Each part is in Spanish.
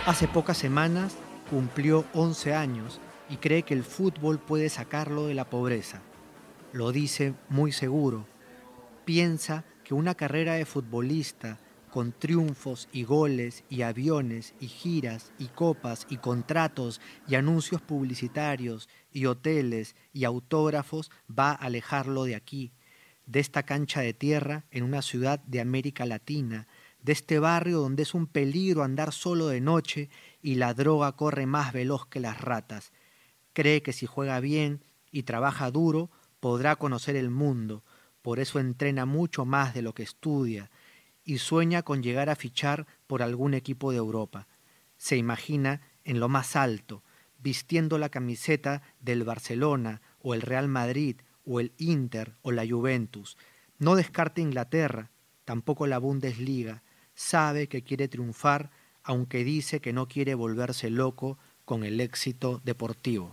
Hace pocas semanas cumplió 11 años y cree que el fútbol puede sacarlo de la pobreza. Lo dice muy seguro. Piensa que una carrera de futbolista con triunfos y goles y aviones y giras y copas y contratos y anuncios publicitarios y hoteles y autógrafos va a alejarlo de aquí, de esta cancha de tierra en una ciudad de América Latina, de este barrio donde es un peligro andar solo de noche y la droga corre más veloz que las ratas. Cree que si juega bien y trabaja duro podrá conocer el mundo, por eso entrena mucho más de lo que estudia y sueña con llegar a fichar por algún equipo de Europa. Se imagina en lo más alto, vistiendo la camiseta del Barcelona o el Real Madrid o el Inter o la Juventus. No descarta Inglaterra, tampoco la Bundesliga. Sabe que quiere triunfar, aunque dice que no quiere volverse loco con el éxito deportivo.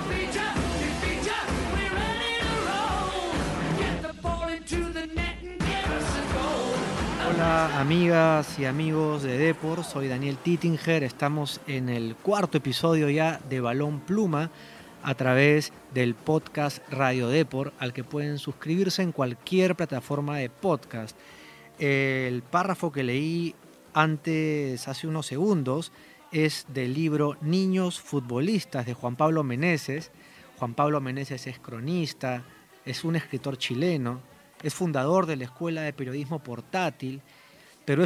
Hola amigas y amigos de Depor, soy Daniel Tittinger, estamos en el cuarto episodio ya de Balón Pluma a través del podcast Radio Depor, al que pueden suscribirse en cualquier plataforma de podcast. El párrafo que leí antes, hace unos segundos, es del libro Niños Futbolistas de Juan Pablo Meneses. Juan Pablo Meneses es cronista, es un escritor chileno, es fundador de la Escuela de Periodismo Portátil, pero es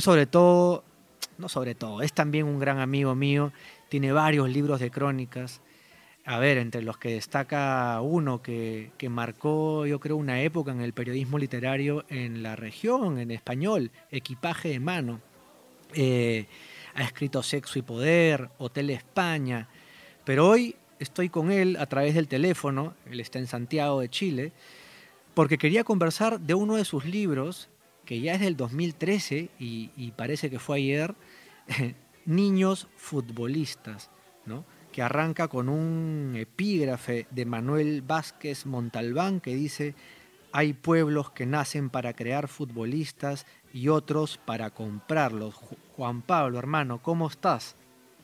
es también un gran amigo mío, tiene varios libros de crónicas. A ver, entre los que destaca uno que marcó, yo creo, una época en el periodismo literario en la región, en español, Equipaje de mano. Ha escrito Sexo y Poder, Hotel España, pero hoy estoy con él a través del teléfono, él está en Santiago de Chile, porque quería conversar de uno de sus libros, que ya es del 2013 y parece que fue ayer, Niños Futbolistas, ¿no? Que arranca con un epígrafe de Manuel Vázquez Montalbán que dice: hay pueblos que nacen para crear futbolistas y otros para comprarlos. Juan Pablo, hermano, ¿cómo estás?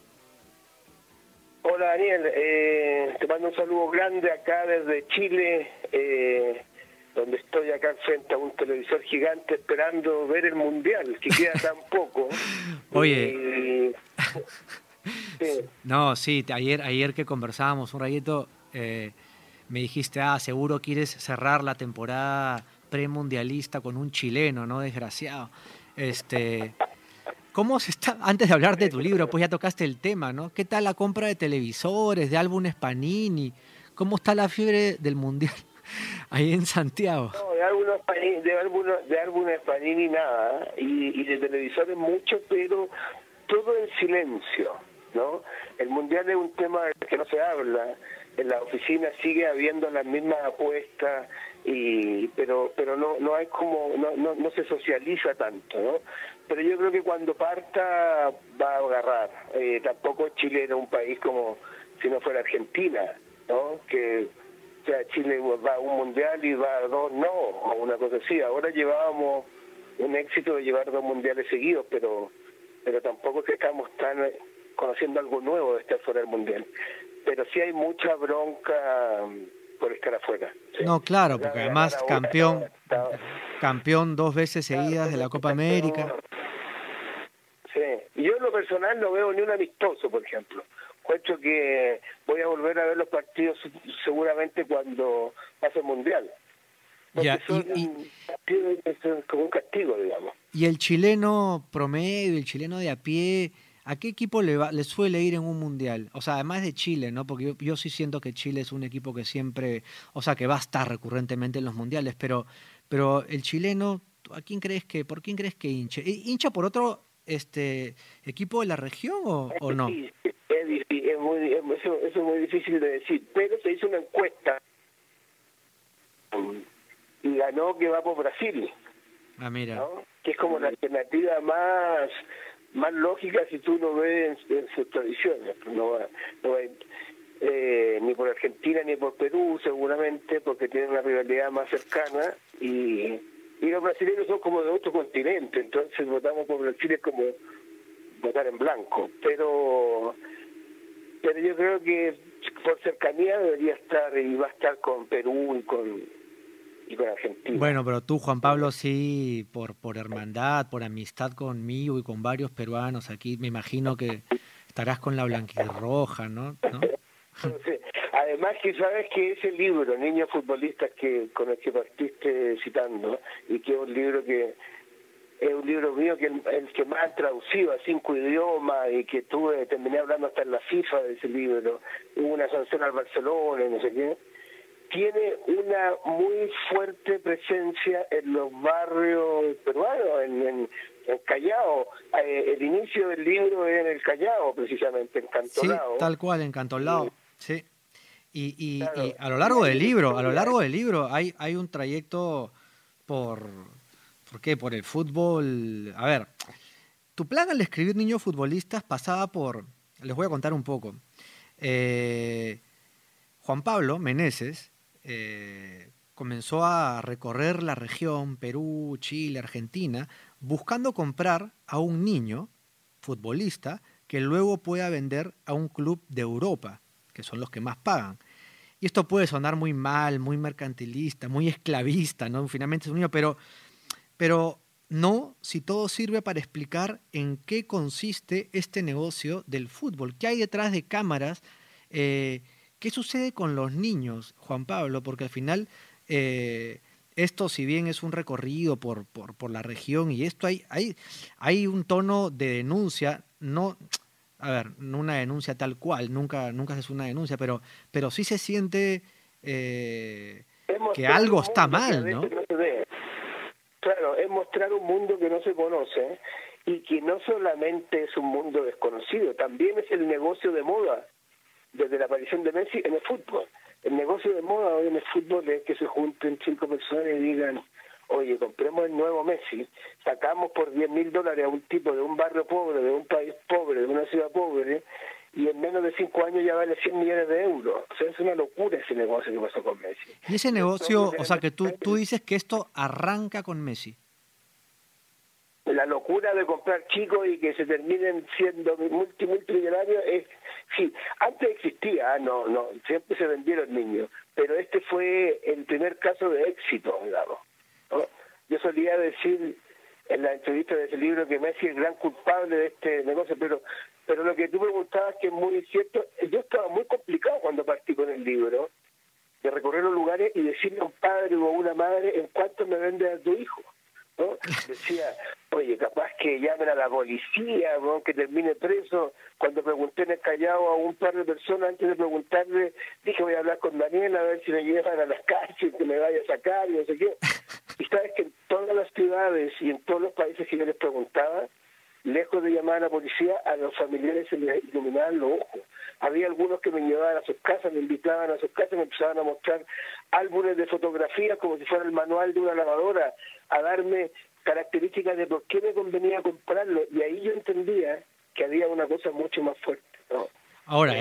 Hola Daniel, te mando un saludo grande acá desde Chile, donde estoy acá frente a un televisor gigante esperando ver el Mundial, que queda tan poco. Oye, sí. No, sí, ayer que conversábamos un rayito, me dijiste, seguro quieres cerrar la temporada premundialista con un chileno, ¿no? Desgraciado. ¿Cómo se está? Antes de hablar de tu libro, pues ya tocaste el tema, ¿no? ¿Qué tal la compra de televisores, de álbumes Panini? ¿Cómo está la fiebre del mundial ahí en Santiago? No, de álbumes Panini nada, y de televisores mucho, pero todo en silencio, ¿no? El Mundial es un tema del que no se habla, en la oficina sigue habiendo las mismas apuestas, pero no hay como, no se socializa tanto, ¿no? Pero yo creo que cuando parta va a agarrar. Tampoco Chile era un país como si no fuera Argentina, ¿no? Que o sea, Chile va a un mundial y va a dos no, o una cosa así. Ahora llevábamos un éxito de llevar 2 mundiales seguidos, pero tampoco es que estamos tan conociendo algo nuevo de estar fuera del mundial. Pero sí hay mucha bronca por estar afuera. ¿Sí? No, claro, porque además campeón 2 veces seguidas de la Copa América. Sí, y yo en lo personal no veo ni un amistoso, por ejemplo. Encuentro que voy a volver a ver los partidos seguramente cuando pase el Mundial. Ya, Es como un castigo, digamos. y el chileno promedio, el chileno de a pie, ¿a qué equipo le suele ir en un mundial? O sea, además de Chile, ¿no? Porque yo sí siento que Chile es un equipo que siempre, o sea, que va a estar recurrentemente en los mundiales, pero el chileno, ¿por quién crees que hinche? ¿Hincha por otro equipo de la región o no? Es difícil, eso es muy difícil de decir, pero se hizo una encuesta y ganó que va por Brasil. Ah, mira. ¿No? Que es como la alternativa más lógica si tú lo ves en sus tradiciones. No va ni por Argentina ni por Perú seguramente, porque tienen una rivalidad más cercana, y los brasileños son como de otro continente, entonces votamos por Brasil es como votar en blanco, pero yo creo que por cercanía debería estar y va a estar con Perú y con Argentina. Bueno, pero tú, Juan Pablo, sí, por hermandad, por amistad conmigo y con varios peruanos aquí, me imagino que estarás con la blanquirroja, ¿no? Entonces, además que sabes que ese libro, Niños Futbolistas, con el que partiste citando, y que es un libro mío que el que más han traducido a 5 idiomas y que terminé hablando hasta en la FIFA de ese libro, hubo una sanción al Barcelona y no sé qué, tiene una muy fuerte presencia en los barrios peruanos, en Callao. El inicio del libro es en el Callao, precisamente, en Cantolao. Sí, tal cual, en Cantolao, sí. Claro, Y a lo largo del historia, libro hay un trayecto por, ¿por qué? Por el fútbol. A ver, tu plan al escribir Niños Futbolistas pasaba por, les voy a contar un poco. Eh, Juan Pablo Meneses comenzó a recorrer la región, Perú, Chile, Argentina, buscando comprar a un niño futbolista que luego pueda vender a un club de Europa, que son los que más pagan. Y esto puede sonar muy mal, muy mercantilista, muy esclavista, ¿no? Finalmente es un niño, pero no si todo sirve para explicar en qué consiste este negocio del fútbol, qué hay detrás de cámaras, qué sucede con los niños, Juan Pablo, porque al final esto, si bien es un recorrido por la región y esto hay un tono de denuncia, no, a ver, no una denuncia tal cual, nunca se hace una denuncia, pero sí se siente es que mostrar algo un está mundo que a mal, veces ¿no? no se ve. Claro, es mostrar un mundo que no se conoce y que no solamente es un mundo desconocido, también es el negocio de moda desde la aparición de Messi en el fútbol. El negocio de moda hoy en el fútbol es que se junten 5 personas y digan, oye, compremos el nuevo Messi, sacamos por $10.000 a un tipo de un barrio pobre, de un país pobre, de una ciudad pobre, y en menos de 5 años ya vale 100 millones de euros. O sea, es una locura ese negocio que pasó con Messi. Y ese Y entonces, negocio, o sea, que tú dices que esto arranca con Messi. la locura de comprar chicos y que se terminen siendo multimillonarios es, sí, antes existía, no, siempre se vendieron niños, pero este fue el primer caso de éxito, digamos, ¿no? Yo solía decir en la entrevista de ese libro que Messi es el gran culpable de este negocio, pero lo que tú preguntabas, que es muy cierto, yo estaba muy complicado cuando partí con el libro, de recorrer los lugares y decirle a un padre o a una madre en cuánto me vende a tu hijo, ¿no? Decía, oye, capaz que llamen a la policía, ¿no? Que termine preso. Cuando pregunté en el Callao a un par de personas, antes de preguntarle, dije, voy a hablar con Daniel a ver si me llevan a las cárceles, que me vaya a sacar y no sé qué. Y sabes que en todas las ciudades y en todos los países que yo les preguntaba, lejos de llamar a la policía, a los familiares se les iluminaban los ojos. Había algunos que me llevaban a sus casas, me invitaban a sus casas, me empezaban a mostrar álbumes de fotografías como si fuera el manual de una lavadora, a darme características de por qué me convenía comprarlo. Y ahí yo entendía que había una cosa mucho más fuerte, ¿no? Ahora,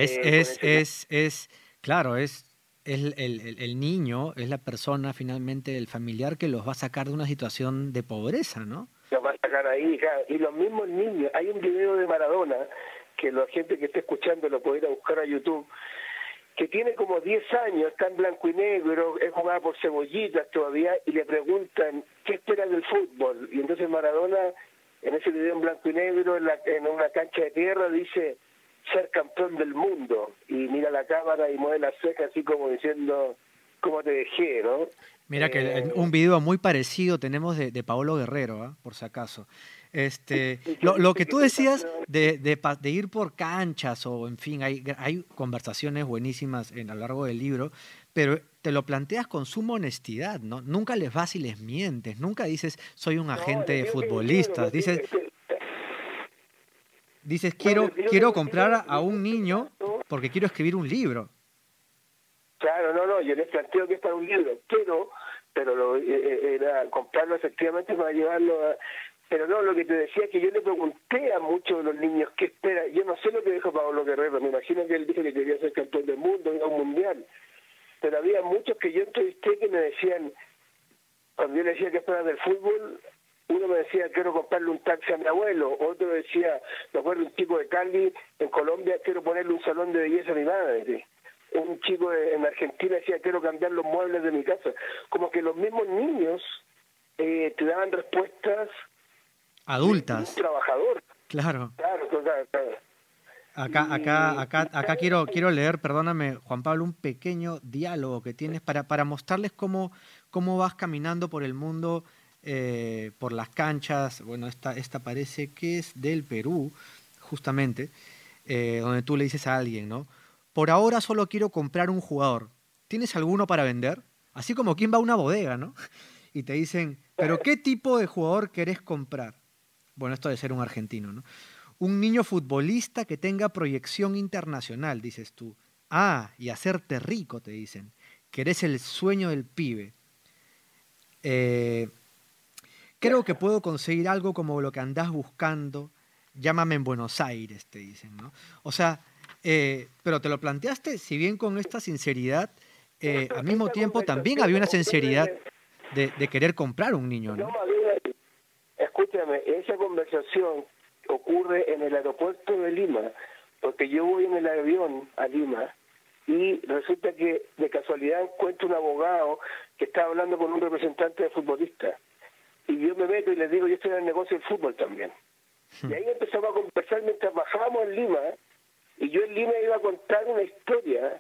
claro, es el niño, es la persona finalmente, el familiar que los va a sacar de una situación de pobreza, ¿no? Lo va a sacar ahí, claro. Y los mismos niños. Hay un video de Maradona, que la gente que esté escuchando lo puede ir a buscar a YouTube, que tiene como 10 años, está en blanco y negro, es jugada por cebollitas todavía, y le preguntan, ¿qué espera del fútbol? Y entonces Maradona, en ese video en blanco y negro, en una cancha de tierra, dice, ser campeón del mundo. Y mira la cámara y mueve las cejas así como diciendo, ¿cómo te dejé, no? Mira que un video muy parecido tenemos de Paolo Guerrero, ¿ah? Por si acaso. Y que Lo dice que que tú soy decías campeón. de ir por canchas o, en fin, hay conversaciones buenísimas a lo largo del libro, pero te lo planteas con suma honestidad, ¿no? Nunca les vas y les mientes, nunca dices, soy un No, agente les de digo que es un libro, futbolistas, dices no, les digo que es quiero un libro, comprar a y en un este niño caso, porque quiero escribir un libro. claro, no, yo les planteo que es para un libro, pero era comprarlo efectivamente para llevarlo a... Pero no, lo que te decía es que yo le pregunté a muchos de los niños qué espera. Yo no sé lo que dijo Pablo Guerrero, me imagino que él dijo que quería ser campeón del mundo, ir a un mundial. Pero había muchos que yo entrevisté que me decían, cuando yo le decía que esperan del fútbol, uno me decía, quiero comprarle un taxi a mi abuelo, otro decía, me acuerdo un chico de Cali, en Colombia, quiero ponerle un salón de belleza a mi madre. Un chico en Argentina decía, quiero cambiar los muebles de mi casa. Como que los mismos niños te daban respuestas adultas. De un trabajador. Claro. Claro. Acá quiero leer, perdóname, Juan Pablo, un pequeño diálogo que tienes para mostrarles cómo vas caminando por el mundo, por las canchas. Bueno, esta parece que es del Perú, justamente, donde tú le dices a alguien, ¿no? Por ahora solo quiero comprar un jugador. ¿Tienes alguno para vender? Así como quien va a una bodega, ¿no? Y te dicen, ¿pero qué tipo de jugador querés comprar? Bueno, esto de ser un argentino, ¿no? Un niño futbolista que tenga proyección internacional, dices tú. Ah, y hacerte rico, te dicen. Que eres el sueño del pibe. Creo que puedo conseguir algo como lo que andás buscando. Llámame en Buenos Aires, te dicen, ¿no? O sea, pero te lo planteaste, si bien con esta sinceridad, al mismo tiempo también había una sinceridad de querer comprar un niño, ¿no? Escúchame, esa conversación ocurre en el aeropuerto de Lima, porque yo voy en el avión a Lima y resulta que de casualidad encuentro un abogado que estaba hablando con un representante de futbolista. Y yo me meto y les digo, yo estoy en el negocio del fútbol también. Y ahí empezamos a conversar mientras bajábamos en Lima, y yo en Lima iba a contar una historia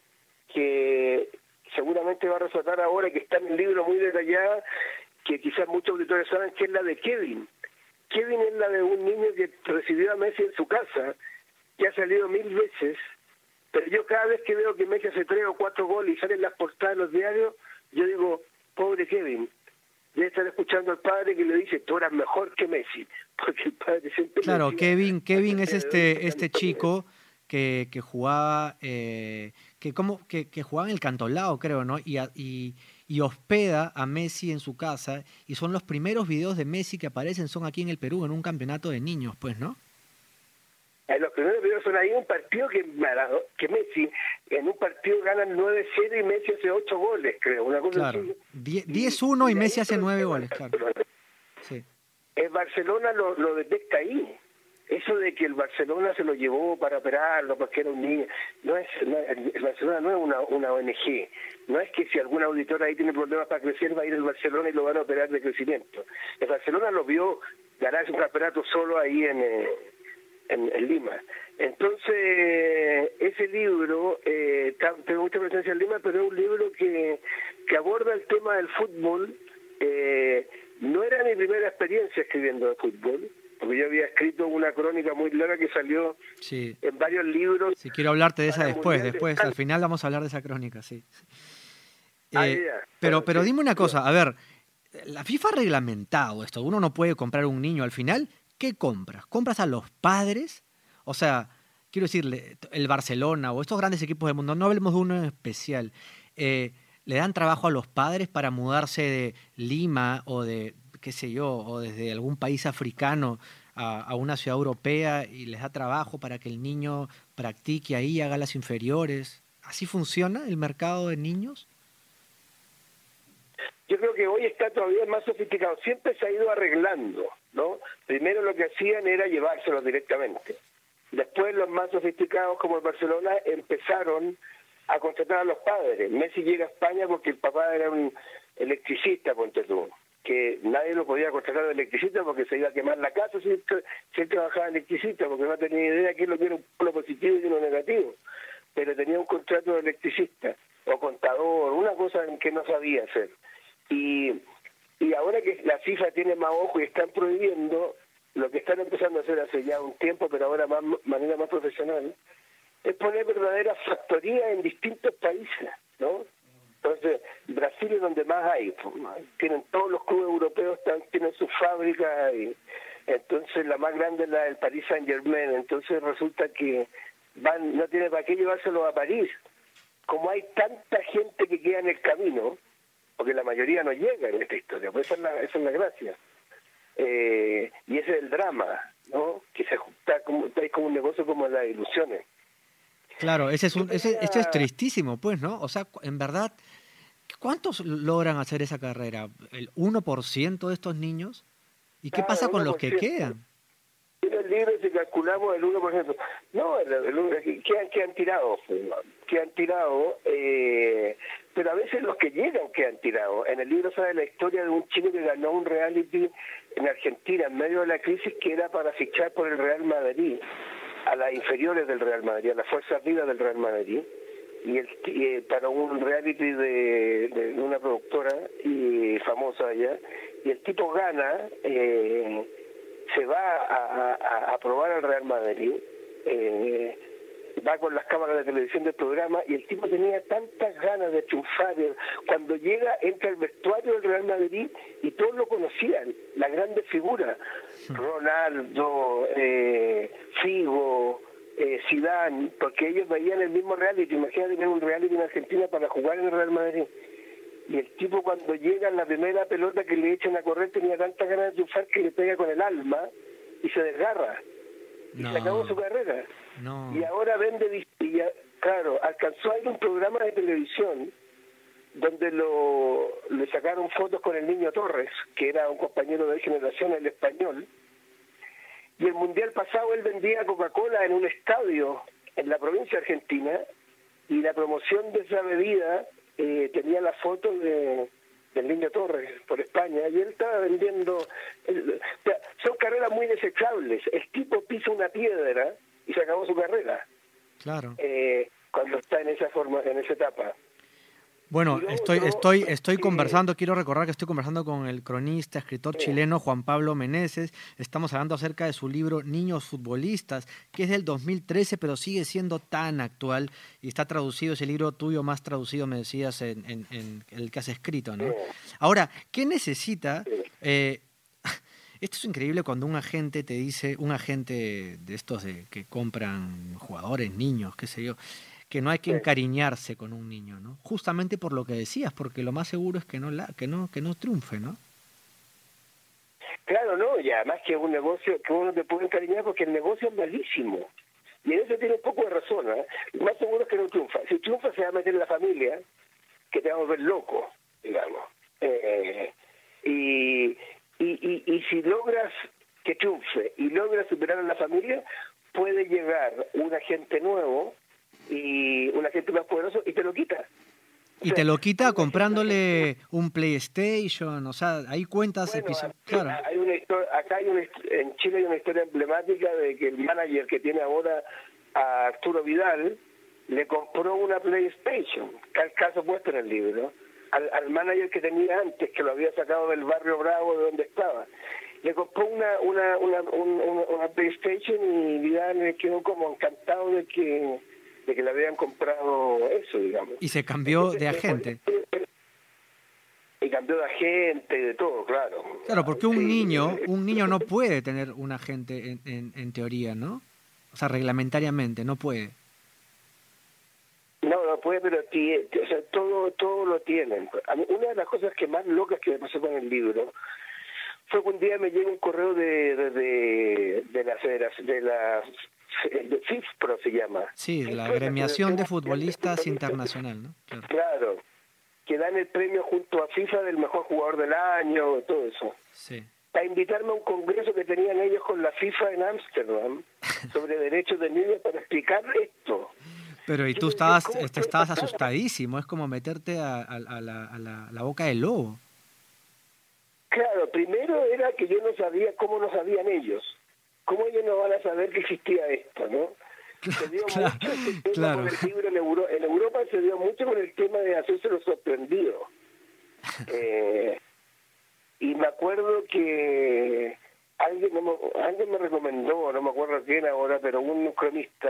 que seguramente va a resaltar ahora, que está en el libro muy detallada, que quizás muchos auditores saben, que es la de Kevin. Kevin es la de un niño que recibió a Messi en su casa, que ha salido 1000 veces, pero yo cada vez que veo que Messi hace 3 o 4 goles y salen las portadas de los diarios, yo digo, pobre Kevin, debe estar escuchando al padre que le dice, tú eras mejor que Messi, porque el padre siempre... Claro, Kevin es este chico que jugaba que jugaba en el Cantolao, creo, ¿no? Y hospeda a Messi en su casa, y son los primeros videos de Messi que aparecen, son aquí en el Perú, en un campeonato de niños, pues, ¿no? Los primeros videos son ahí un partido que Messi, en un partido ganan 9-0 y Messi hace 8 goles, creo, una cosa claro. así. 10-1 y Messi hace 9 goles, claro. Sí. El Barcelona lo detecta ahí. Eso de que el Barcelona se lo llevó para operarlo porque era un niño, el Barcelona no es una ONG, no es que si algún auditor ahí tiene problemas para crecer va a ir al Barcelona y lo van a operar de crecimiento. El Barcelona lo vio ganar un campeonato solo ahí en Lima. Entonces, ese libro tiene mucha presencia en Lima, pero es un libro que aborda el tema del fútbol. No era mi primera experiencia escribiendo de fútbol, porque yo había escrito una crónica muy larga que salió en varios libros. Sí, quiero hablarte de esa después, al final vamos a hablar de esa crónica, sí. Pero dime una cosa, a ver, la FIFA ha reglamentado esto, uno no puede comprar un niño al final, ¿qué compras? ¿Compras a los padres? O sea, quiero decirle, el Barcelona o estos grandes equipos del mundo, no hablemos de uno en especial, le dan trabajo a los padres para mudarse de Lima o de, qué sé yo, o desde algún país africano a una ciudad europea y les da trabajo para que el niño practique ahí, haga las inferiores. ¿Así funciona el mercado de niños? Yo creo que hoy está todavía más sofisticado. Siempre se ha ido arreglando, ¿no? Primero lo que hacían era llevárselos directamente. Después los más sofisticados, como el Barcelona, empezaron a contratar a los padres. Messi llega a España porque el papá era un electricista, ponte tú, que nadie lo podía contratar de electricista porque se iba a quemar la casa si él trabajaba de electricista, porque no tenía idea de qué es lo que era un polo positivo y uno negativo, pero tenía un contrato de electricista o contador, una cosa en que no sabía hacer. Y ahora que la FIFA tiene más ojo y están prohibiendo, lo que están empezando a hacer hace ya un tiempo, pero ahora de manera más profesional, es poner verdaderas factorías en distintos países, ¿no? Entonces, Brasil es donde más hay, tienen todos los clubes europeos, tienen sus fábricas, y entonces la más grande es la del Paris Saint-Germain, entonces resulta que no tiene para qué llevárselo a París. Como hay tanta gente que queda en el camino, porque la mayoría no llega en esta historia, pues esa es la gracia. Y ese es el drama, ¿no? Que se junta como un negocio como las ilusiones. Claro, esto es tristísimo, pues, ¿no? O sea, en verdad, ¿cuántos logran hacer esa carrera? ¿El 1% de estos niños? ¿Y qué pasa con los que quedan? En el libro, si calculamos el 1%, no, quedan tirados, quedan tirados, pero a veces los que llegan quedan tirados. En el libro sale la historia de un chico que ganó un reality en Argentina en medio de la crisis, que era para fichar por el Real Madrid, a las inferiores del Real Madrid, a las fuerzas vivas del Real Madrid, y para un reality de una productora famosa allá, y el tipo gana, se va a probar al Real Madrid, va con las cámaras de televisión del programa, y el tipo tenía tantas ganas de triunfar. Cuando llega, entra al vestuario del Real Madrid y todos lo conocían, la grande figura, Ronaldo, Figo, Zidane, porque ellos veían el mismo reality. Imagínate tener un reality en Argentina para jugar en el Real Madrid. Y el tipo, cuando llega en la primera pelota que le echan a correr, tenía tantas ganas de triunfar que le pega con el alma y se desgarra. No. Y se acabó su carrera. No. Y ahora vende, claro, alcanzó a ir a un programa de televisión donde le sacaron fotos con el Niño Torres, que era un compañero de generación, el español. Y el mundial pasado él vendía Coca-Cola en un estadio en la provincia argentina, y la promoción de esa bebida tenía la foto del Niño Torres por España, y él estaba vendiendo. Son carreras muy desechables. El tipo pisa una piedra y se acabó su carrera. Claro. Cuando está en esa forma, en esa etapa. Bueno, estoy conversando, quiero recordar que estoy conversando con el cronista, escritor chileno Juan Pablo Meneses. Estamos hablando acerca de su libro Niños Futbolistas, que es del 2013, pero sigue siendo tan actual, y está traducido, ese libro tuyo más traducido, me decías, en el que has escrito, ¿no? Ahora, ¿qué necesita? Esto es increíble cuando un agente te dice, un agente de estos que compran jugadores, niños, qué sé yo, que no hay que encariñarse con un niño, ¿no? Justamente por lo que decías, porque lo más seguro es que no triunfe, ¿no? Claro, no, y además que es un negocio que uno te puede encariñar porque el negocio es malísimo. Y en eso tiene un poco de razón, ¿eh? Lo más seguro es que no triunfa. Si triunfa se va a meter en la familia, que te va a volver loco, digamos. Y si logras que triunfe y logras superar a la familia, puede llegar un agente nuevo y un agente más poderoso y te lo quita. Y te lo quita comprándole un PlayStation, o sea, hay cuentas bueno, claro. Hay una historia, en Chile hay una historia emblemática de que el manager que tiene ahora a Arturo Vidal le compró una PlayStation, que al caso puesto en el libro, al manager que tenía antes, que lo había sacado del barrio Bravo de donde estaba. Le compró una PlayStation y Vidal quedó como encantado de que le habían comprado eso, digamos. Y se cambió de agente. Y cambió de agente, de todo, claro. Claro, porque un niño no puede tener un agente en teoría, ¿no? O sea, reglamentariamente, no puede. No puede, pero o sea, todo lo tienen. A mí, una de las cosas que más locas que me pasó con el libro fue que un día me llega un correo de la Federación, de FIFPro se llama. Sí, de la Agremiación de Futbolistas Internacional, ¿no? Claro, que dan el premio junto a FIFA del mejor jugador del año, todo eso. Sí. Para invitarme a un congreso que tenían ellos con la FIFA en Ámsterdam sobre derechos de niños para explicar esto. Pero y tú estabas asustadísimo, es como meterte a la boca del lobo. Claro, primero era que yo no sabía cómo no sabían ellos. ¿Cómo ellos no van a saber que existía esto, no? Se dio mucho el tema con el libro en Europa se dio mucho con el tema de hacerse los sorprendidos. Y me acuerdo que alguien me recomendó, no me acuerdo quién ahora, pero un cronista,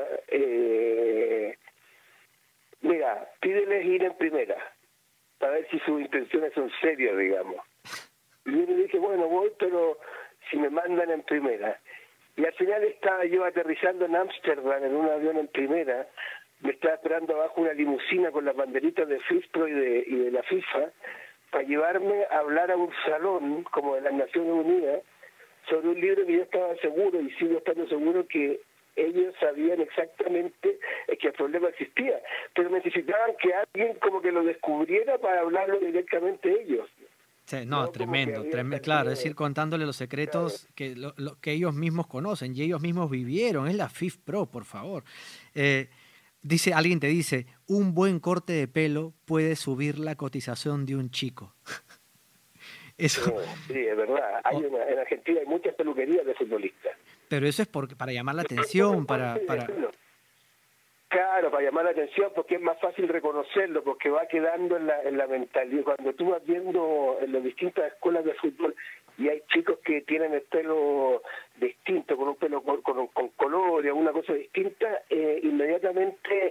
mira, pídeles ir en primera, para ver si sus intenciones son serias, digamos. Y yo le dije, bueno, voy, pero si me mandan en primera. Y al final estaba yo aterrizando en Ámsterdam en un avión en primera, me estaba esperando abajo una limusina con las banderitas de FIFPro y de la FIFA, para llevarme a hablar a un salón como de las Naciones Unidas sobre un libro que yo estaba seguro y sigo estando seguro que ellos sabían exactamente que el problema existía, pero necesitaban que alguien como que lo descubriera para hablarlo directamente ellos. Sí, no, ¿no? Como que tremendo, había tremendo, claro, es salido, ir contándole los claro, secretos que, que ellos mismos conocen y ellos mismos vivieron. Es la FIF Pro, por favor. Eh, alguien te dice, un buen corte de pelo puede subir la cotización de un chico. sí, Eso, sí, es verdad. o- En Argentina hay muchas peluquerías de futbolistas. pero eso es porque, para llamar la Por atención, el corte de para... pelo. Claro, para llamar la atención, porque es más fácil reconocerlo, porque va quedando en la mentalidad. Cuando tú vas viendo en las distintas escuelas de fútbol y hay chicos que tienen el pelo distinto, con un pelo con color y alguna cosa distinta, inmediatamente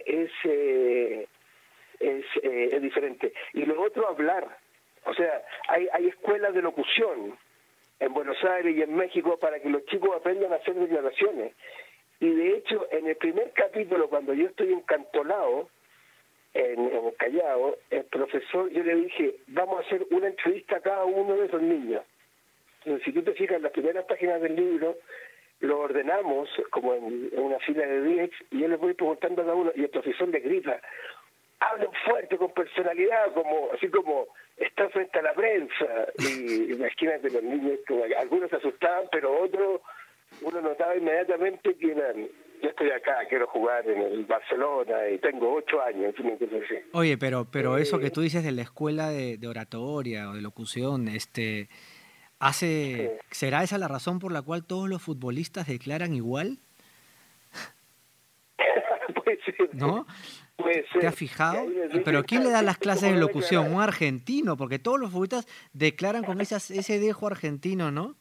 es diferente. Y lo otro, hablar. O sea, hay escuelas de locución en Buenos Aires y en México para que los chicos aprendan a hacer declaraciones. Y de hecho, en el primer capítulo, cuando yo estoy encantolado, en el Callao, el profesor, yo le dije, vamos a hacer una entrevista a cada uno de esos niños. Entonces, si tú te fijas en las primeras páginas del libro, lo ordenamos como en una fila de 10 y yo les voy preguntando a cada uno y el profesor le grita, hablen fuerte, con personalidad, como así como está frente a la prensa. Y imagínate los niños, como algunos se asustaban, pero otros, uno notaba inmediatamente que eran, yo estoy acá, quiero jugar en el Barcelona y tengo 8 años, una cosa así. Oye, pero eso que Eh, tú dices de la escuela de oratoria o de locución, sí. ¿será esa la razón por la cual todos los futbolistas declaran igual? Puede ser, ¿No? puede ¿Te has ser. Y fijado? ahí les Pero dije, ¿quién le da las ¿usted clases cómo de va a locución? declarar? Un argentino, porque todos los futbolistas declaran con ese dejo argentino, ¿no?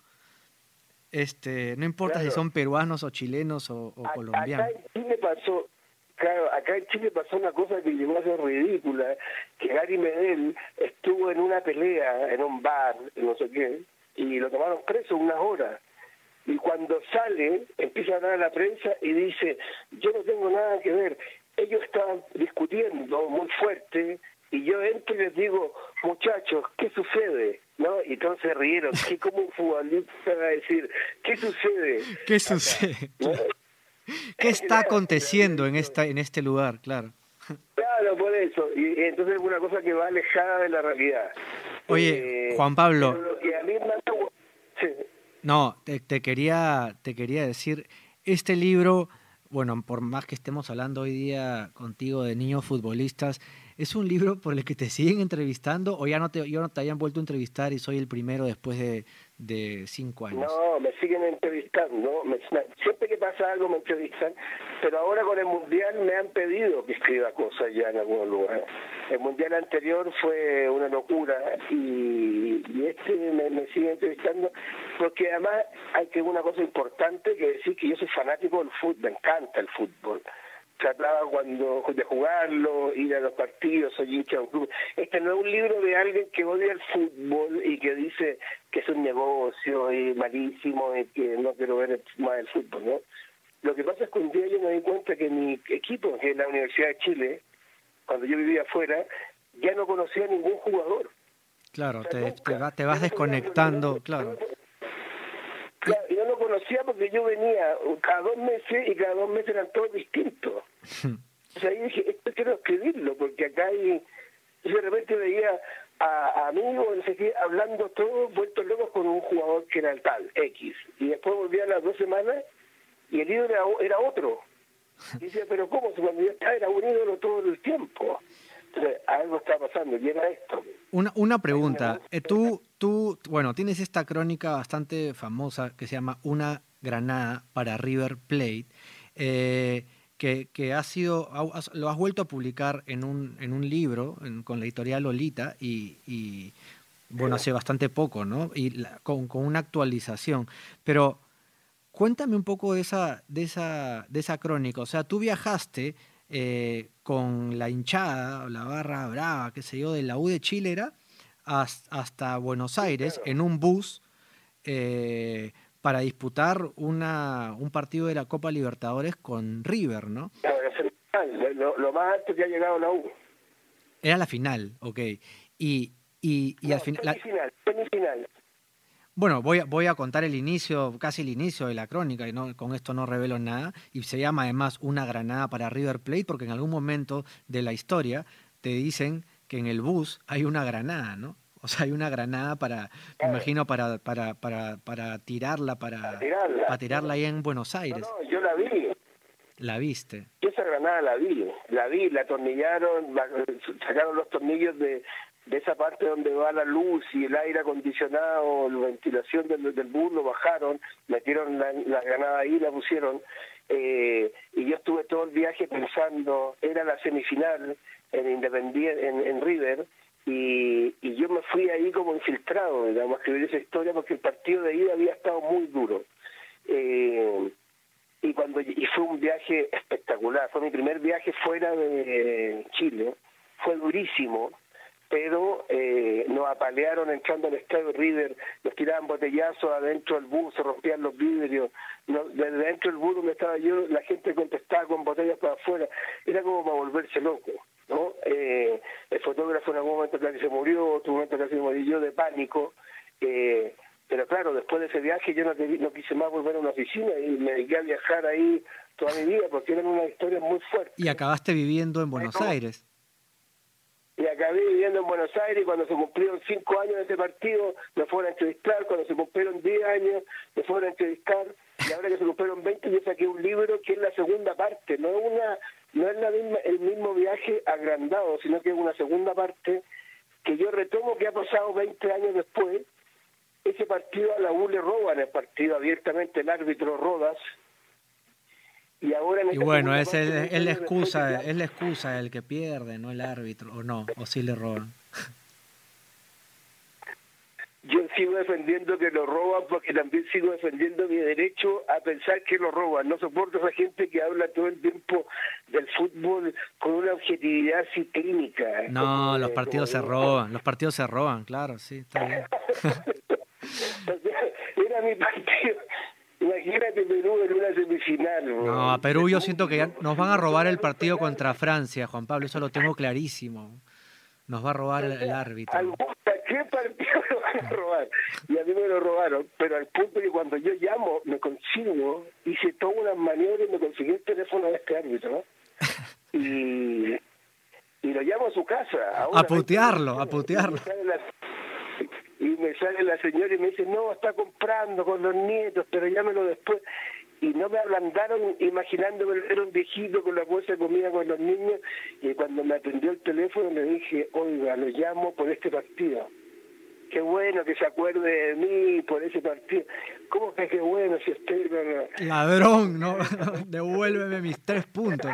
No importa si Claro, son peruanos o chilenos o acá colombianos. en Chile pasó, claro, acá en Chile pasó una cosa que llegó a ser ridícula, que Gary Medel estuvo en una pelea en un bar, no sé qué, y lo tomaron preso unas horas. Y cuando sale, empieza a hablar a la prensa y dice, yo no tengo nada que ver. Ellos estaban discutiendo muy fuerte y yo entro y les digo, muchachos, ¿qué sucede? ¿No? Y todos se rieron. ¿Qué, como un futbolista va a decir, ¿qué sucede ¿Qué acá? sucede? ¿No? ¿Qué está Claro, le había aconteciendo dicho. en este lugar? Claro. Claro, por eso. Y entonces es una cosa que va alejada de la realidad. Oye, Juan Pablo, Pero lo que a mí me... Sí. no, te quería decir, este libro, bueno, por más que estemos hablando hoy día contigo de niños futbolistas, ¿es un libro por el que te siguen entrevistando o ya no te hayan vuelto a entrevistar y soy el primero después de 5 años? No, me siguen entrevistando, siempre que pasa algo me entrevistan, pero ahora con el Mundial me han pedido que escriba cosas ya en algún lugar. El Mundial anterior fue una locura y me sigue entrevistando porque además hay que una cosa importante que decir que yo soy fanático del fútbol, me encanta el fútbol. Trataba de jugarlo, ir a los partidos, soy hincha de un club. Este no es un libro de alguien que odia el fútbol y que dice que es un negocio y malísimo y que no quiero ver más el fútbol, ¿no? Lo que pasa es que un día yo me di cuenta que mi equipo, que es la Universidad de Chile, cuando yo vivía afuera, ya no conocía a ningún jugador. O Claro, sea, nunca. te Yo vas no podía, desconectando, claro. Y, claro, yo no conocía porque yo venía cada 2 meses y cada 2 meses eran todos distintos. O sea, yo dije, esto quiero escribirlo, porque acá hay... Yo de repente veía a amigos, no sé qué, hablando todos vueltos locos con un jugador que era el tal, X. Y después volvían las 2 semanas y el ídolo era otro. Y decía, pero ¿cómo? Si cuando yo estaba era un ídolo todo el tiempo. Entonces, algo está pasando y era esto. una Hay un pregunta. negocio. Bueno, tienes esta crónica bastante famosa que se llama Una granada para River Plate, que lo has vuelto a publicar en un libro con la editorial Lolita bueno, hace bastante poco, ¿no? Y con una actualización. Pero cuéntame un poco de esa crónica. O sea, tú viajaste con la hinchada, o la barra brava, qué sé yo, de la U de Chile era, hasta Buenos Sí, Aires claro. en un bus eh, para disputar un partido de la Copa Libertadores con River, ¿no? Claro, lo más alto que ha llegado la U. Era la final, ok. Y al No, final, semifinal. bueno, voy a contar el inicio, casi el inicio de la crónica, y no, con esto no revelo nada, y se llama además Una granada para River Plate, porque en algún momento de la historia te dicen que en el bus hay una granada, ¿no? O sea, hay una granada me imagino, para tirarla, para tirarla ahí en Buenos Aires. No, yo la vi. ¿La viste? Yo esa granada la atornillaron, sacaron los tornillos de esa parte donde va la luz y el aire acondicionado, la ventilación del bus, lo bajaron, metieron la granada ahí, la pusieron, y yo estuve todo el viaje pensando, era la semifinal en Independiente, en River, y yo me fui ahí como infiltrado, digamos, a escribir esa historia porque el partido de ida había estado muy duro. Y fue un viaje espectacular, fue mi primer viaje fuera de Chile, fue durísimo, pero nos apalearon entrando al estadio River, nos tiraban botellazos adentro del bus, se rompían los vidrios, desde dentro del bus donde estaba yo, la gente contestaba con botellas para afuera, era como para volverse loco, ¿no? El fotógrafo en algún momento casi se murió, otro momento casi se murió yo de pánico, pero claro, después de ese viaje yo no quise más volver a una oficina y me dediqué a viajar ahí toda mi vida porque eran unas historias muy fuertes. Y acabaste viviendo en Buenos Aires. Y acabé viviendo en Buenos Aires y cuando se cumplieron 5 años de ese partido me fueron a entrevistar, cuando se cumplieron 10 años me fueron a entrevistar y ahora que se cumplieron 20 yo saqué un libro que es la segunda parte, no es el mismo viaje agrandado, sino que es una segunda parte que yo retomo que ha pasado 20 años después. Ese partido a la U le roban el partido abiertamente el árbitro Rodas. Y ahora en bueno, es la excusa el que pierde, no el árbitro, o no, o sí le roban. Yo sigo defendiendo que lo roban porque también sigo defendiendo mi derecho a pensar que lo roban. No soporto a esa gente que habla todo el tiempo del fútbol con una objetividad así clínica. No, los partidos se roban, claro, sí, está bien. Era mi partido. Imagínate Perú en una semifinal. No, a Perú yo siento que ya nos van a robar el partido contra Francia, Juan Pablo, eso lo tengo clarísimo. Nos va a robar el árbitro. ¿Qué partido lo van a robar? Y a mí me lo robaron, pero al punto que cuando yo llamo, me consigo, hice todas unas maniobras y me conseguí el teléfono de este árbitro, ¿no? Y lo llamo a su casa. A putearlo. Y me sale la señora y me dice, no, está comprando con los nietos, pero llámelo después. Y no me ablandaron imaginándome era un viejito con la bolsa de comida con los niños. Y cuando me atendió el teléfono le dije, oiga, lo llamo por este partido. Qué bueno que se acuerde de mí por ese partido. ¿Cómo que qué bueno si usted... Ladrón, ¿no? Devuélveme mis 3 puntos.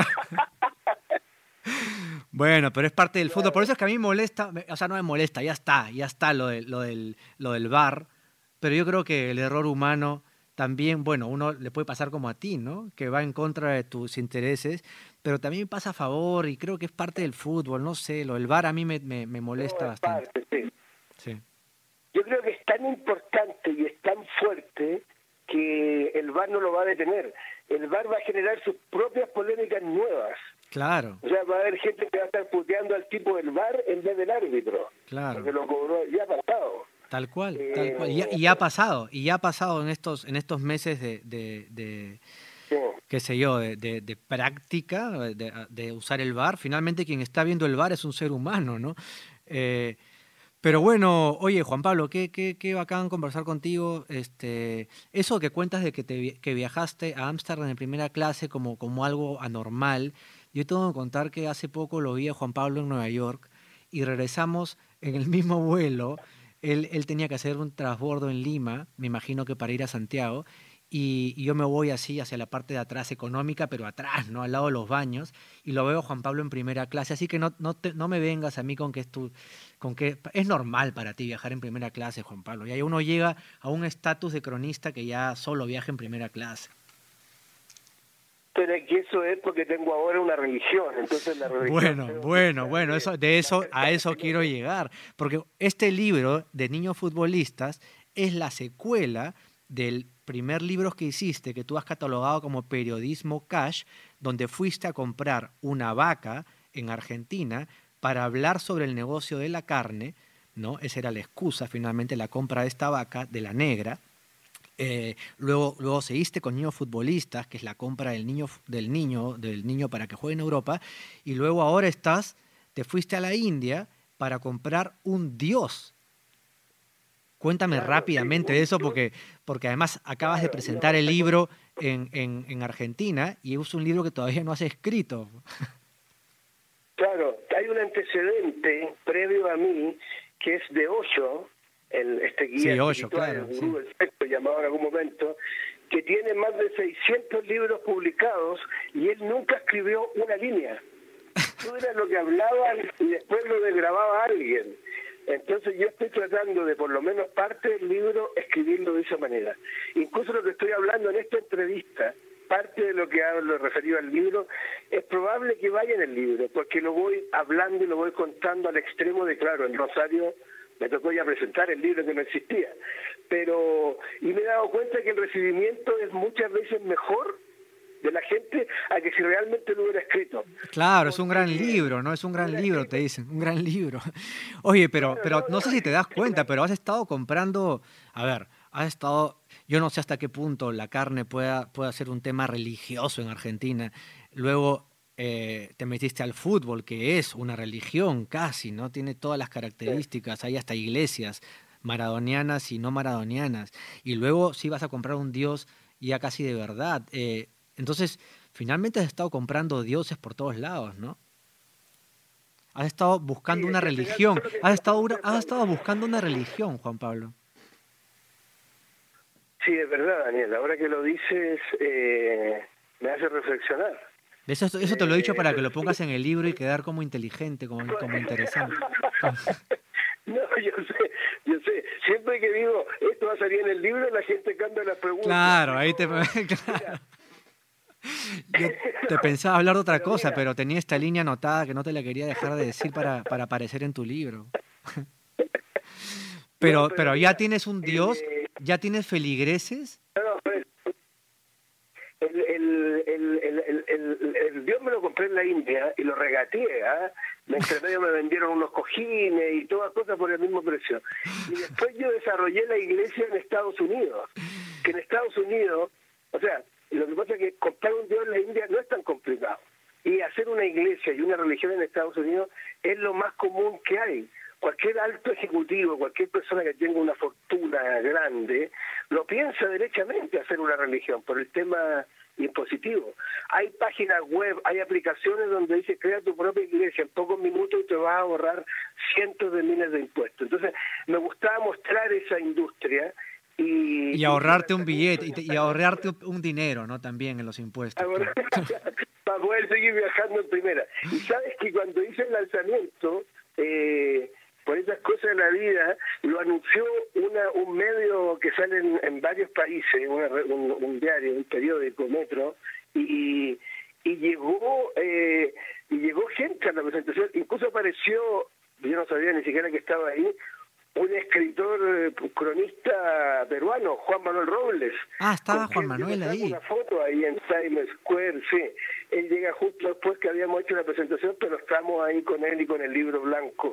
Bueno, pero es parte del fútbol. Por eso es que a mí me molesta, o sea, no me molesta, ya está lo del VAR, pero yo creo que el error humano también, bueno, uno le puede pasar como a ti, ¿no? Que va en contra de tus intereses, pero también pasa a favor y creo que es parte del fútbol, no sé, lo del VAR a mí me molesta bastante. Parte, sí. Yo creo que es tan importante y es tan fuerte que el VAR no lo va a detener. El VAR va a generar sus propias polémicas nuevas. Claro. O sea, va a haber gente que va a estar puteando al tipo del VAR en vez del árbitro. Claro. Porque lo cobró, ya ha pasado. Tal cual. Y ha pasado en estos meses de qué sé yo, de práctica, de usar el VAR. Finalmente quien está viendo el VAR es un ser humano, ¿no? Pero bueno, oye, Juan Pablo, qué bacán conversar contigo. Eso que cuentas de que viajaste a Ámsterdam en primera clase como algo anormal. Yo tengo que contar que hace poco lo vi a Juan Pablo en Nueva York y regresamos en el mismo vuelo. Él tenía que hacer un transbordo en Lima, me imagino que para ir a Santiago, y yo me voy así hacia la parte de atrás económica, pero atrás, ¿no? Al lado de los baños, y lo veo a Juan Pablo en primera clase, así que no me vengas a mí con que es normal para ti viajar en primera clase, Juan Pablo. Y ahí uno llega a un estatus de cronista que ya solo viaja en primera clase. Pero es que eso es porque tengo ahora una religión, entonces la religión... Bueno, a eso quiero llegar, porque este libro de niños futbolistas es la secuela del primer libro que hiciste, que tú has catalogado como Periodismo Cash, donde fuiste a comprar una vaca en Argentina para hablar sobre el negocio de la carne, ¿no? Esa era la excusa, finalmente, la compra de esta vaca, de la negra. Luego seguiste con niños futbolistas, que es la compra del niño para que juegue en Europa, y luego ahora te fuiste a la India para comprar un Dios. Cuéntame Claro, rápidamente de eso, porque además acabas de presentar el libro en Argentina y es un libro que todavía no has escrito. Claro, hay un antecedente previo a mí que es de Osho, este guía Sí, Osho, espiritual, claro. el Sí. gurú del sexto llamado en algún momento, que tiene más de 600 libros publicados y él nunca escribió una línea. Todo era lo que hablaban y después lo desgrababa alguien. Entonces yo estoy tratando de por lo menos parte del libro escribirlo de esa manera. Incluso lo que estoy hablando en esta entrevista, parte de lo que hablo referido al libro, es probable que vaya en el libro, porque lo voy hablando y lo voy contando al extremo de, claro, en Rosario me tocó ya presentar el libro que no existía. Y me he dado cuenta que el recibimiento es muchas veces mejor de la gente a que si realmente lo hubiera escrito. Claro, es un gran libro, ¿no? Es un gran libro, te dicen, un gran libro. Oye, pero no sé si te das cuenta, pero has estado comprando, a ver, yo no sé hasta qué punto la carne pueda ser un tema religioso en Argentina. Luego te metiste al fútbol, que es una religión casi, ¿no? Tiene todas las características, hay hasta iglesias maradonianas y no maradonianas. Y luego sí vas a comprar un Dios ya casi de verdad. Entonces, finalmente has estado comprando dioses por todos lados, ¿no? Has estado buscando Sí, es una que al final religión. todo lo que Has estado buscando una religión, Juan Pablo. Sí, es verdad, Daniel. Ahora que lo dices, me hace reflexionar. Eso te lo he dicho para que Pero lo sí. pongas en el libro y quedar como inteligente, como interesante. No, yo sé. Siempre que digo, esto va a salir en el libro, la gente cambia las preguntas. Claro, ahí te... Mira, Claro. Yo te pensaba hablar de otra pero cosa, mira, pero tenía esta línea anotada que no te la quería dejar de decir para aparecer en tu libro. no, Pero pero ya mira, tienes un Dios, ya tienes feligreses. no, pues, el Dios me lo compré en la India y lo regateé, ¿ah? Entre medio me vendieron unos cojines y todas cosas por el mismo precio. Y después yo desarrollé la iglesia en Estados Unidos, que en Estados Unidos, o sea, lo que pasa es que comprar un Dios en la India no es tan complicado. Y hacer una iglesia y una religión en Estados Unidos es lo más común que hay. Cualquier alto ejecutivo, cualquier persona que tenga una fortuna grande, lo piensa derechamente hacer una religión por el tema impositivo. Hay páginas web, hay aplicaciones donde dice crea tu propia iglesia en pocos minutos y te vas a ahorrar cientos de miles de impuestos. Entonces, me gustaba mostrar esa industria Y ese ahorrarte un lanzamiento billete en y ahorrarte un dinero, ¿no? También en los impuestos. ahora, Claro. para poder seguir viajando en primera. Y sabes que cuando hice el lanzamiento, por esas cosas de la vida, lo anunció un medio que sale en varios países, un diario, un periódico, Metro, y llegó gente a la presentación, incluso apareció, yo no sabía ni siquiera que estaba ahí, un escritor cronista peruano, Juan Manuel Robles. Ah, estaba Con Juan quien yo me Manuel saco ahí. una foto ahí en Times Square, sí. Él llega justo después que habíamos hecho la presentación, pero estamos ahí con él y con el libro blanco.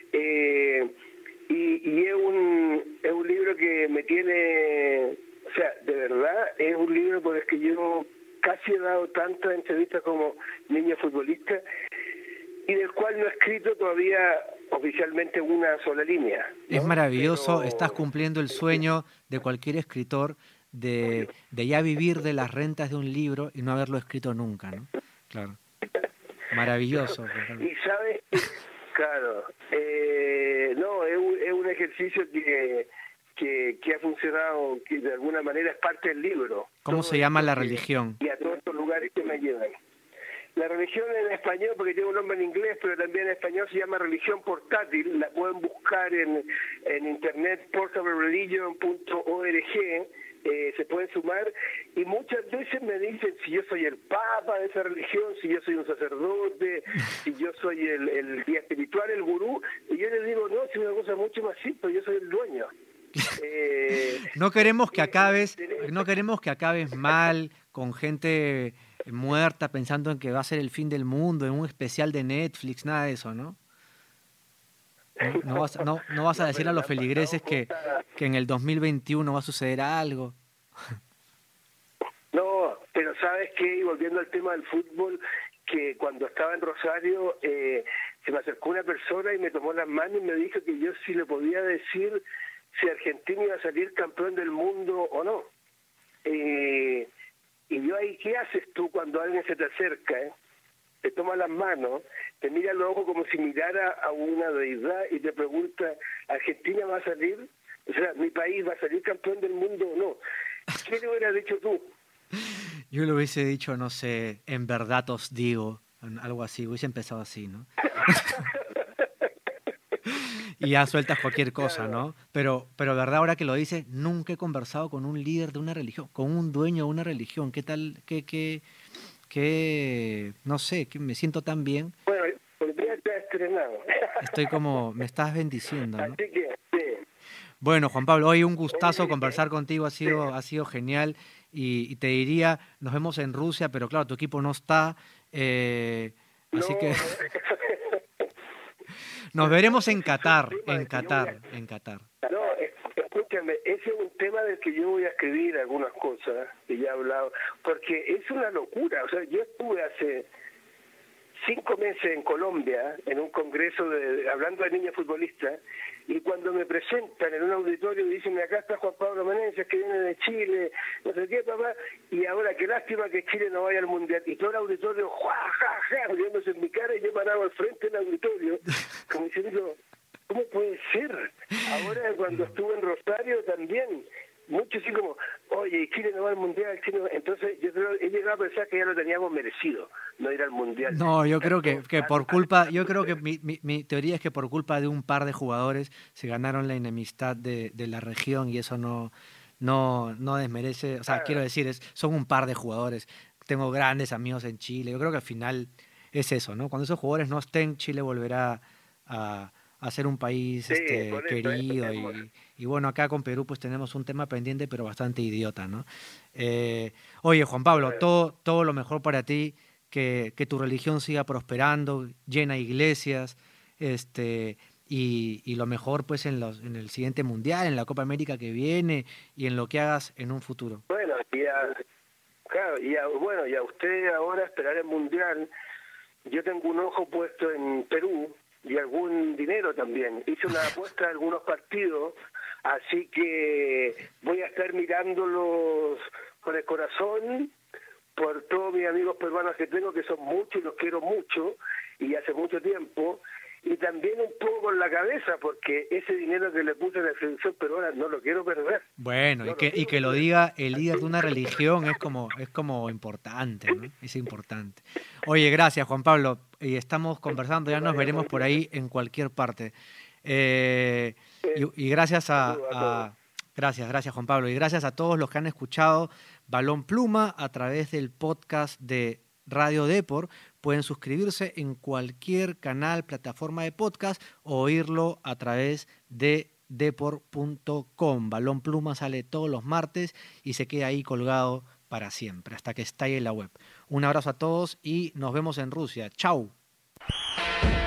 Y es un libro que me tiene, o sea, de verdad, es un libro por el que yo casi he dado tantas entrevistas como niño futbolista y del cual no he escrito todavía oficialmente una sola línea, ¿no? Es maravilloso, estás Pero cumpliendo el sueño de cualquier escritor de ya vivir de las rentas de un libro y no haberlo escrito nunca, ¿no? Claro. Maravilloso, Juan Pablo. y sabes, claro, no, es un ejercicio que ha funcionado, que de alguna manera es parte del libro. ¿Cómo Todo se llama esto la religión? y a todos estos lugares que me llevan. La religión en español, porque tiene un nombre en inglés, pero también en español se llama religión portátil. La pueden buscar en internet, portablereligion.org. Se pueden sumar y muchas veces me dicen si yo soy el papa de esa religión, si yo soy un sacerdote, si yo soy el guía espiritual, el gurú, y yo les digo, no, es una cosa mucho más simple, yo soy el dueño. No queremos que acabes mal con gente muerta pensando en que va a ser el fin del mundo, en un especial de Netflix, nada de eso, ¿no? No vas a decir pero a me los han pasado feligreses cosas. que en el 2021 va a suceder algo. No, pero ¿sabes qué? Y volviendo al tema del fútbol, que cuando estaba en Rosario se me acercó una persona y me tomó las manos y me dijo que yo sí le podía decir si Argentina iba a salir campeón del mundo o no. Y yo ahí, ¿qué haces tú cuando alguien se te acerca, te toma las manos, te mira a los ojos como si mirara a una deidad y te pregunta, ¿Argentina va a salir? O sea, ¿mi país va a salir campeón del mundo o no? ¿Qué le hubieras dicho tú? Yo le hubiese dicho, no sé, en verdad os digo, algo así, hubiese empezado así, ¿no? Y ya sueltas cualquier cosa, ¿no? Pero verdad, ahora que lo dices, nunca he conversado con un líder de una religión, con un dueño de una religión. ¿Qué tal? No sé, que me siento tan bien. Bueno, hoy día está estrenado. Estoy como, me estás bendiciendo, ¿no? Así que, sí. Bueno, Juan Pablo, hoy un gustazo Oye, conversar contigo, ha sido genial. Y te diría, nos vemos en Rusia, pero claro, tu equipo no está. Así que nos veremos en Qatar, en Qatar. No, escúchame, ese es un tema del que yo voy a escribir algunas cosas que ya he hablado, porque es una locura. O sea, yo estuve hace 5 meses en Colombia, en un congreso hablando de niños futbolistas, y cuando me presentan en un auditorio y dicen, acá está Juan Pablo Meneses, que viene de Chile, no sé qué, papá, y ahora qué lástima que Chile no vaya al Mundial. Y todo el auditorio, ¡ja, ja, ja!, riéndose en mi cara, y yo parado al frente del auditorio, como diciendo, ¿cómo puede ser? Ahora cuando estuve en Rosario también, muchos así como, oye, Chile no va al Mundial, Chile no... Entonces yo creo, he llegado a pensar que ya lo teníamos merecido, no ir al Mundial. No, yo creo que por culpa, yo creo que mi teoría es que por culpa de un par de jugadores se ganaron la enemistad de la región y eso no desmerece, o sea, quiero decir, son un par de jugadores. Tengo grandes amigos en Chile, yo creo que al final es eso, ¿no? Cuando esos jugadores no estén, Chile volverá a ser un país querido y bueno, acá con Perú pues tenemos un tema pendiente pero bastante idiota, ¿no? Oye, Juan Pablo, todo lo mejor para ti, que tu religión siga prosperando, llena iglesias, y lo mejor pues en el siguiente mundial, en la Copa América que viene y en lo que hagas en un futuro. Bueno, claro, y a usted ahora esperar el mundial. Yo tengo un ojo puesto en Perú y algún dinero también. Hice una apuesta de algunos partidos, así que voy a estar mirándolos con el corazón por todos mis amigos peruanos que tengo, que son muchos y los quiero mucho, y hace mucho tiempo, y también un poco con la cabeza, porque ese dinero que le puse a la selección peruana no lo quiero perder. Bueno, y que lo diga el líder de una religión es como importante, ¿no? Es importante. Oye, gracias, Juan Pablo. Y estamos conversando, ya nos veremos por ahí en cualquier parte. Y gracias gracias, Juan Pablo. Y gracias a todos los que han escuchado Balón Pluma a través del podcast de Radio Depor. Pueden suscribirse en cualquier canal, plataforma de podcast o oírlo a través de depor.com. Balón Pluma sale todos los martes y se queda ahí colgado para siempre, hasta que estalle en la web. Un abrazo a todos y nos vemos en Rusia. ¡Chau!